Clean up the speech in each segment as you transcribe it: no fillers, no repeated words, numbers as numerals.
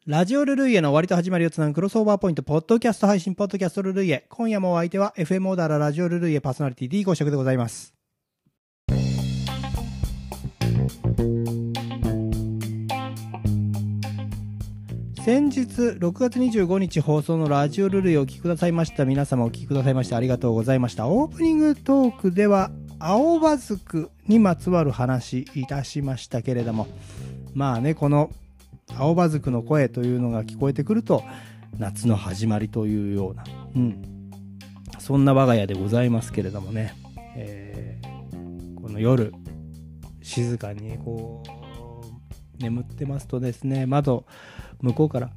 ラジオルルイエの終わりと始まりをつなぐクロスオーバーポイント、ポッドキャスト配信、ポッドキャストルルイエ。今夜もお相手は FM オーダーララジオルルイエパーソナリティ D 公爵でございます。先日6月25日放送のラジオルルイエをお聞きくださいました皆様、お聞きくださいましてありがとうございました。オープニングトークでは青葉づくにまつわる話いたしましたけれども、まあね、この青葉づくの声というのが聞こえてくると夏の始まりというような、そんな我が家でございますけれどもね、この夜静かにこう眠ってますとですね、窓向こうから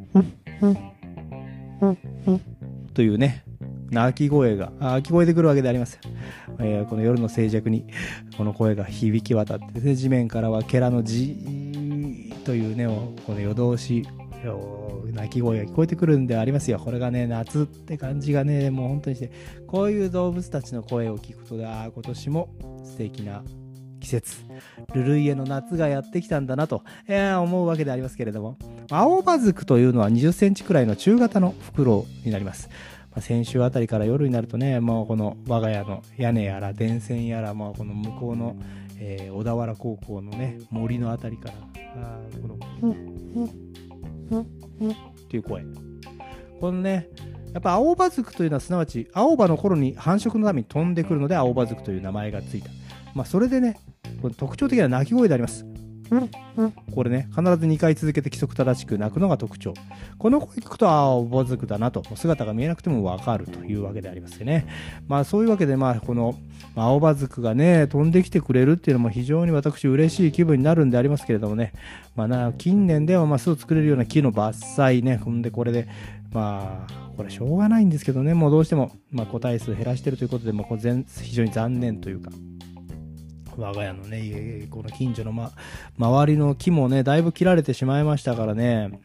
というね鳴き声が聞こえてくるわけであります。この夜の静寂にこの声が響き渡ってですね、地面からはケラのジーというね、この夜通し鳴き声が聞こえてくるんでありますよ。これがね夏って感じがね、もう本当にして、こういう動物たちの声を聞くと今年も素敵な季節、ルルイエの夏がやってきたんだなと、思うわけでありますけれども、青葉づくというのは20センチくらいの中型のフクロウになります。先週あたりから夜になるとね、もうこの我が家の屋根やら電線やら、この向こうの、小田原高校のね森のあたりからこのっていう声、このねやっぱ青葉づくというのはすなわち青葉の頃に繁殖のために飛んでくるので青葉づくという名前がついた。それでね、これ特徴的な鳴き声であります。これね必ず2回続けて規則正しく鳴くのが特徴。この声聞くと青葉づくだなと、姿が見えなくても分かるというわけでありますよね。そういうわけでこの青葉づくがね飛んできてくれるっていうのも非常に私嬉しい気分になるんでありますけれどもね、近年では巣を作れるような木の伐採ね、ほんでこれでこれしょうがないんですけどね、もうどうしても個体数減らしてるということでも非常に残念というか、我が家のねこの近所の、周りの木もねだいぶ切られてしまいましたからね、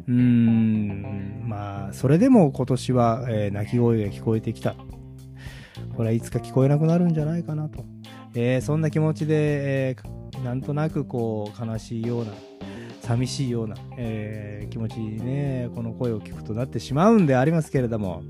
それでも今年は、鳴き声が聞こえてきた。これはいつか聞こえなくなるんじゃないかなと、そんな気持ちで、なんとなくこう悲しいような寂しいような、気持ちにねこの声を聞くとなってしまうんでありますけれども、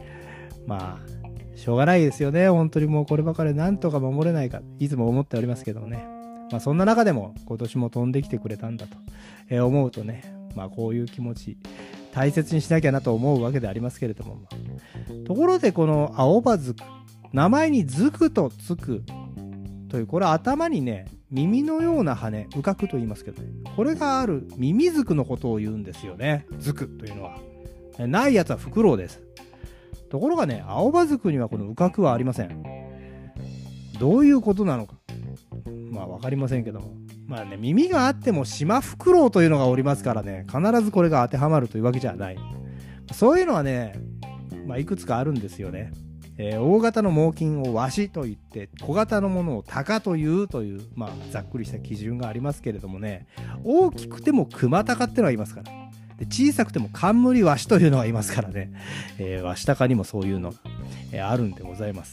しょうがないですよね。本当にもうこればかりなんとか守れないかいつも思っておりますけどもね、そんな中でも今年も飛んできてくれたんだと、思うとね、こういう気持ち大切にしなきゃなと思うわけでありますけれども、ところでこの青葉づく、名前にづくとつくという、これ頭にね耳のような羽、羽角と言いますけど、これがあるミミズクのことを言うんですよね。づくというのはないやつはフクロウです。ところがね、青葉づくにはこの羽角はありません。どういうことなのか分かりませんけども、耳があってもシマフクロウというのがおりますからね、必ずこれが当てはまるというわけじゃない。そういうのはね、いくつかあるんですよね。大型の猛禽をワシと言って、小型のものをタカというざっくりした基準がありますけれどもね、大きくてもクマタカってのがいますから、で小さくても冠ワシというのがいますからね、ワシタカにもそういうのが、あるんでございます。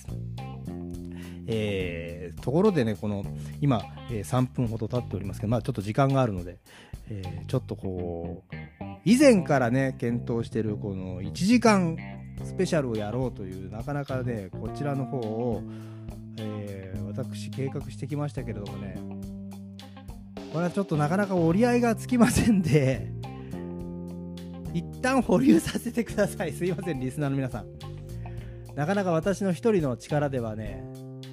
ところでね、この今、3分ほど経っておりますけど、ちょっと時間があるので、ちょっとこう以前からね検討しているこの1時間スペシャルをやろうという、なかなかねこちらの方を、私計画してきましたけれどもね、これはちょっとなかなか折り合いがつきませんで、一旦保留させてください。すいません、リスナーの皆さん。なかなか私の一人の力ではね、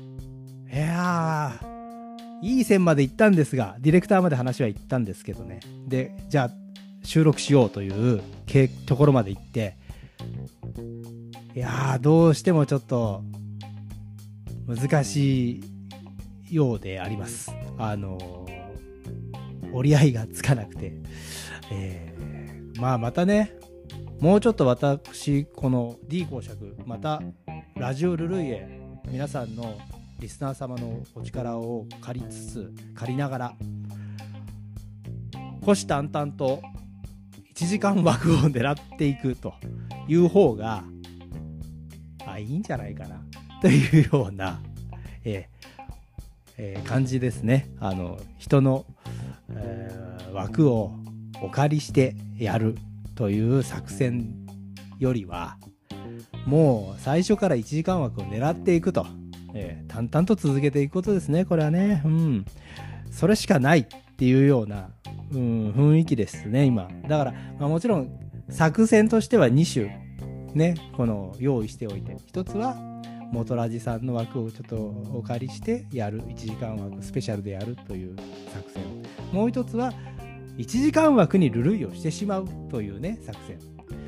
いい線まで行ったんですが、ディレクターまで話は行ったんですけどね、でじゃあ収録しようというところまで行って、どうしてもちょっと難しいようであります。折り合いがつかなくて、またね、もうちょっと私この D 公爵、またラジオルルイエ、皆さんのリスナー様のお力を借りながら虎視眈々と1時間枠を狙っていくという方がいいんじゃないかなというような、感じですね。人の、枠をお借りしてやるという作戦よりは、もう最初から1時間枠を狙っていくと、淡々と続けていくことですね、これはね。それしかないっていうような、雰囲気ですね、今。だから、もちろん作戦としては2種ね、この用意しておいて、一つは元ラジさんの枠をちょっとお借りしてやる1時間枠スペシャルでやるという作戦、もう一つは1時間枠にルルイをしてしまうというね作戦。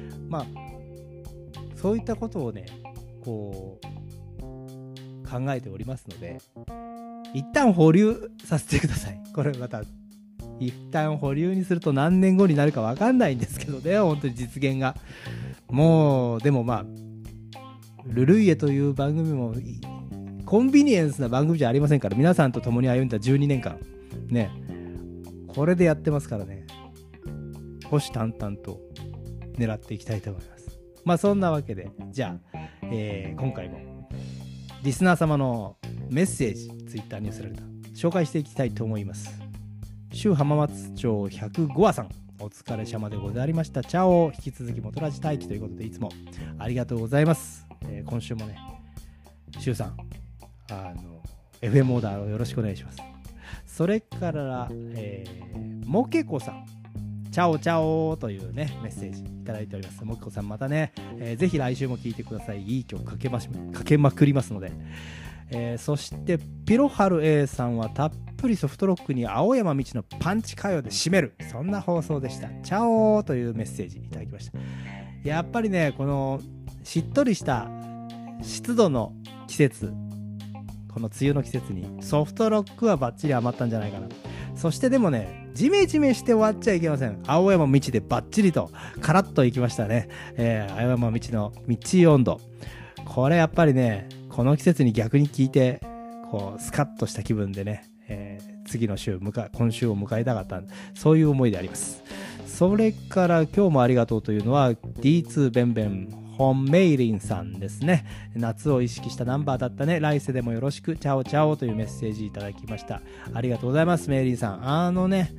そういったことをねこう考えておりますので、一旦保留させてください。これまた一旦保留にすると何年後になるか分かんないんですけどね、本当に実現が。もうでもルルイエという番組もコンビニエンスな番組じゃありませんから、皆さんと共に歩んだ12年間ね、これでやってますからね、虎視眈々と狙っていきたいと思います。そんなわけで、じゃあ、今回もリスナー様のメッセージ、ツイッターに寄せられた紹介していきたいと思います。州浜松町105話さん、お疲れ様でございました。チャオ。引き続き元ラジ待機ということで、いつもありがとうございます。今週もね、シュウさん、FM オーダーをよろしくお願いします。それから、モケコさん、チャオチャオというね、メッセージいただいております。モケコさん、またね、ぜひ来週も聴いてください。いい曲かけまくりますので。そしてピロハル A さんはたっぷりソフトロックに青山道のパンチ歌謡で締める、そんな放送でした。チャオーというメッセージいただきました。やっぱりね、このしっとりした湿度の季節、この梅雨の季節にソフトロックはバッチリ余ったんじゃないかな。そしてでもね、ジメジメして終わっちゃいけません。青山道でバッチリとカラッといきましたね。青山道の道温度、これやっぱりね、この季節に逆に聴いてこうスカッとした気分でね、次の週今週を迎えたかった、そういう思いであります。それから今日もありがとうというのは D2 ベンベン本メイリンさんですね。夏を意識したナンバーだったね、来世でもよろしく、チャオチャオというメッセージいただきました。ありがとうございます、メイリンさん。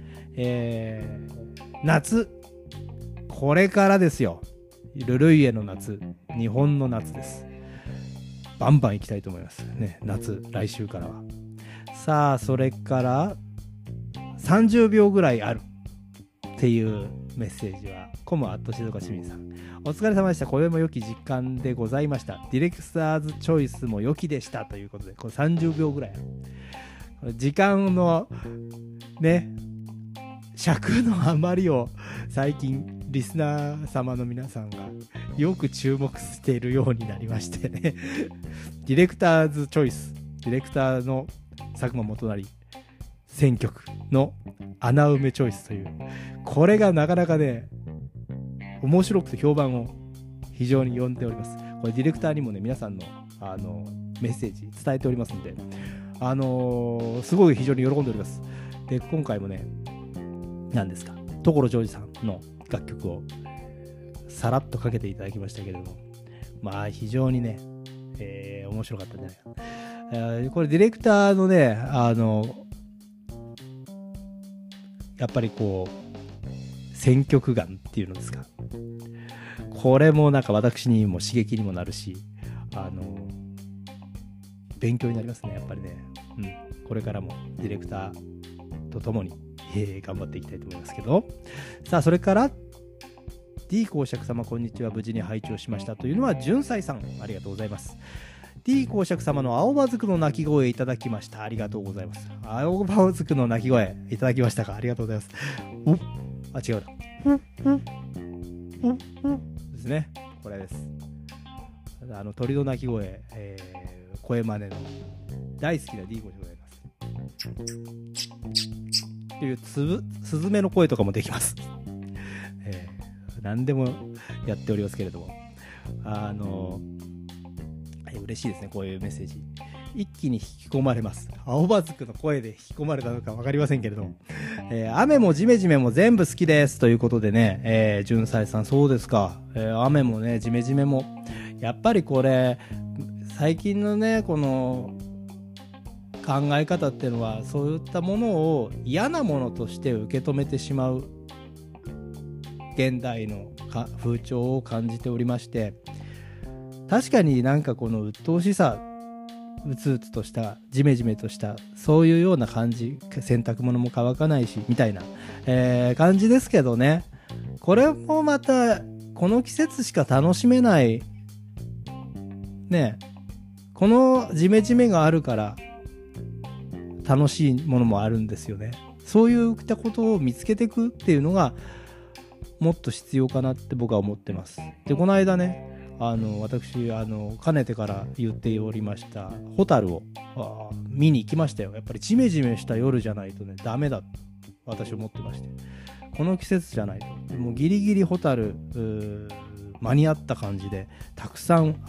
夏これからですよ。ルルイエの夏、日本の夏です。バンバン行きたいと思いますね、夏、来週からは。さあ、それから30秒ぐらいあるっていうメッセージはコムアット静岡市民さん、お疲れ様でした。これも良き実感でございました。ディレクターズチョイスも良きでしたということで、これ30秒ぐらいある。時間のね、尺の余りを最近リスナー様の皆さんがよく注目しているようになりましてねディレクターズチョイス、ディレクターの佐久間元成選曲の穴埋めチョイスという、これがなかなかね面白くて評判を非常に呼んでおります。これディレクターにもね、皆さんのメッセージ伝えておりますので、すごい非常に喜んでおります。で、今回もね、何ですか、所ジョージさんの楽曲をさらっとかけていただきましたけれども、非常にね、面白かったんじゃないかな。これディレクターのね、やっぱりこう選曲眼っていうのですか、これもなんか私にも刺激にもなるし、勉強になりますね、やっぱりね。これからもディレクターとともに頑張っていきたいと思いますけど。さあ、それから D 公爵様、こんにちは、無事に拝聴しましたというのは純斎さん、ありがとうございます。 D 公爵様の青葉ずくの鳴き声いただきました。ありがとうございます。青葉ずくの鳴き声いただきましたか、ありがとうございます。違うなですね、これです。鳥の鳴き声、声真似の大好きな D 公爵でございますというスズメの声とかもできます。何でもやっておりますけれども、嬉しいですね、こういうメッセージ。一気に引き込まれます。青葉ずくの声で引き込まれたのか分かりませんけれども、雨もジメジメも全部好きですということでね、純斎さん、そうですか。雨もね、ジメジメもやっぱりこれ最近のね、この考え方っていうのは、そういったものを嫌なものとして受け止めてしまう現代の風潮を感じておりまして、確かになんかこの鬱陶しさ、うつうつとしたジメジメとしたそういうような感じ、洗濯物も乾かないしみたいな、感じですけどね。これもまたこの季節しか楽しめないね、このジメジメがあるから楽しいものもあるんですよね。そういったことを見つけていくっていうのがもっと必要かなって僕は思ってます。で、この間ね、私かねてから言っておりましたホタルを見に行きましたよ。やっぱりジメジメした夜じゃないとねダメだと私思ってまして、この季節じゃないともうギリギリホタル間に合った感じでたくさん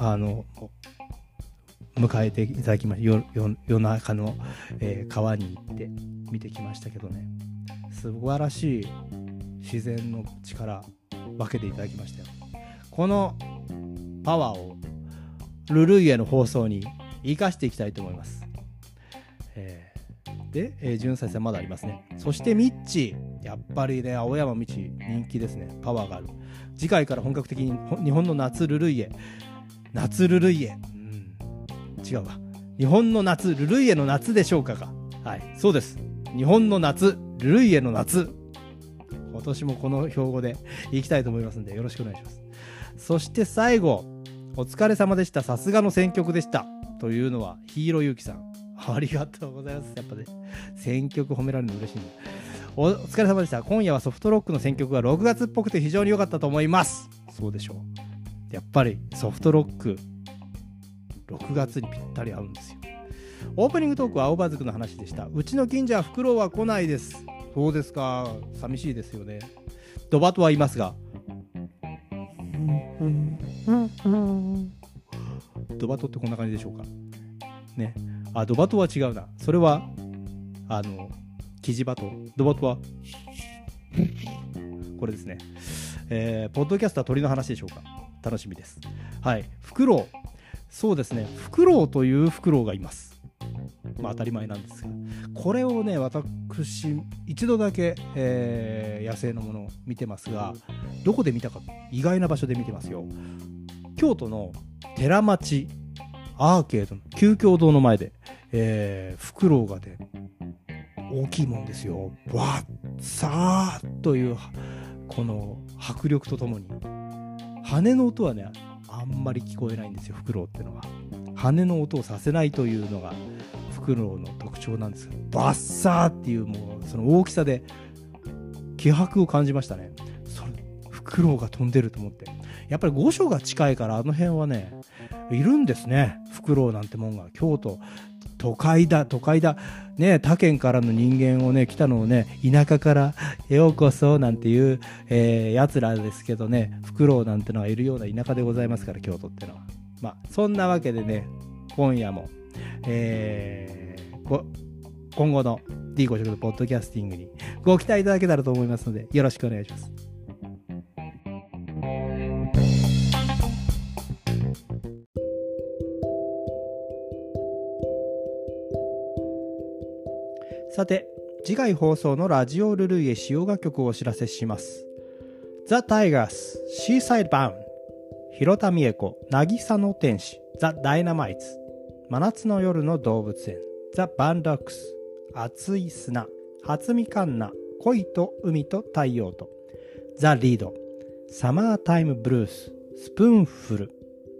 迎えていただきました。夜中の、川に行って見てきましたけどね、素晴らしい自然の力分けていただきましたよ。このパワーをルルイエの放送に生かしていきたいと思います。で、純菜さんまだありますね。そしてミッチ、やっぱりね、青山ミッチ人気ですね。パワーがある。次回から本格的に日本の夏ルルイエ、違うわ。日本の夏、ルルイエの夏でしょうかか。はい、そうです。日本の夏、ルルイエの夏。今年もこの標語でいきたいと思いますのでよろしくお願いします。そして最後、お疲れ様でした。さすがの選曲でした。というのはヒーローゆうきさん。ありがとうございます。やっぱね、選曲褒められるの嬉しいね。お疲れ様でした。今夜はソフトロックの選曲が6月っぽくて非常に良かったと思います。そうでしょう。やっぱりソフトロック6月にぴったり合うんですよ。オープニングトークは青葉族の話でした。うちの近所はフクロウは来ないです。そうですか。寂しいですよね。ドバトはいますが、ドバトってこんな感じでしょうかね。あ、ドバトは違うな。それはキジバト。ドバトはこれですね。ポッドキャストは鳥の話でしょうか。楽しみです。はい。フクロウ、そうですね。フクロウというフクロウがいます。まあ当たり前なんですが、これをね、私一度だけ、野生のものを見てますが、どこで見たか、意外な場所で見てますよ。京都の寺町アーケードの旧経堂の前で、フクロウがね、大きいもんですよ。わっさーというこの迫力とともに、羽の音はねあんまり聞こえないんですよ。フクロウってのは羽の音をさせないというのがフクロウの特徴なんですよ。バッサーっていう、もうその大きさで気迫を感じましたね。それフクロウが飛んでると思って、やっぱり御所が近いからあの辺はねいるんですね。フクロウなんてもんが。京都都会だね、他県からの人間をね来たのをね、田舎からようこそなんていう、やつらですけどね、フクロウなんてのはいるような田舎でございますから、京都ってのは。まあそんなわけでね、今夜も、今後の D5 食のポッドキャスティングにご期待いただけたらと思いますのでよろしくお願いします。さて、次回放送のラジオルルイエ使用楽曲をお知らせします。ザ・タイガース、シーサイドバウン、広田美恵子、渚の天使、ザ・ダイナマイツ、真夏の夜の動物園、ザ・バンドックス、熱い砂、初見カンナ、恋と海と太陽と、ザ・リード、サマータイムブルース、スプーンフル。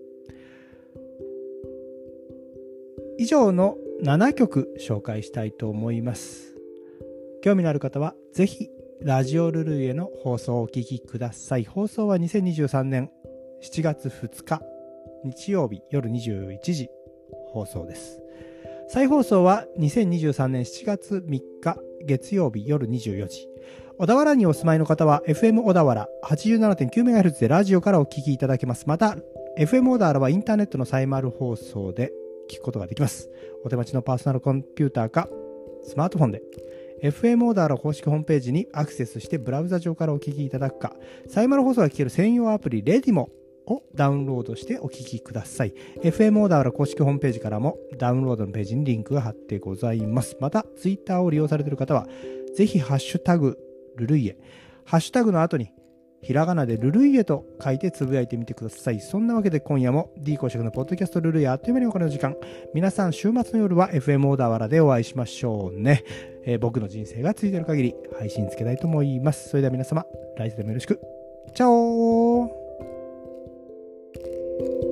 以上の7曲紹介したいと思います。興味のある方はぜひラジオルルイエの放送をお聞きください。放送は2023年7月2日日曜日夜21時放送です。再放送は2023年7月3日月曜日夜24時。小田原にお住まいの方は FM 小田原 87.9MHz でラジオからお聞きいただけます。また FM 小田原はインターネットのサイマル放送で聞くことができます。お手持ちのパーソナルコンピューターかスマートフォンで FM オーダーの公式ホームページにアクセスしてブラウザ上からお聞きいただくか、サイマル放送が聞ける専用アプリレディモをダウンロードしてお聞きください。 FM オーダーの公式ホームページからもダウンロードのページにリンクが貼ってございます。またツイッターを利用されている方はぜひハッシュタグルルイエ、ハッシュタグの後にひらがなでルルイエと書いてつぶやいてみてください。そんなわけで今夜も D 公爵のポッドキャストルルイエあっという間にお別れの時間。皆さん週末の夜は FM 小田原でお会いしましょうね。僕の人生がついてる限り配信つけたいと思います。それでは皆様、来世でもよろしく。チャオー。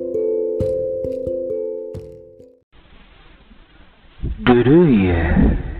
ルルイエ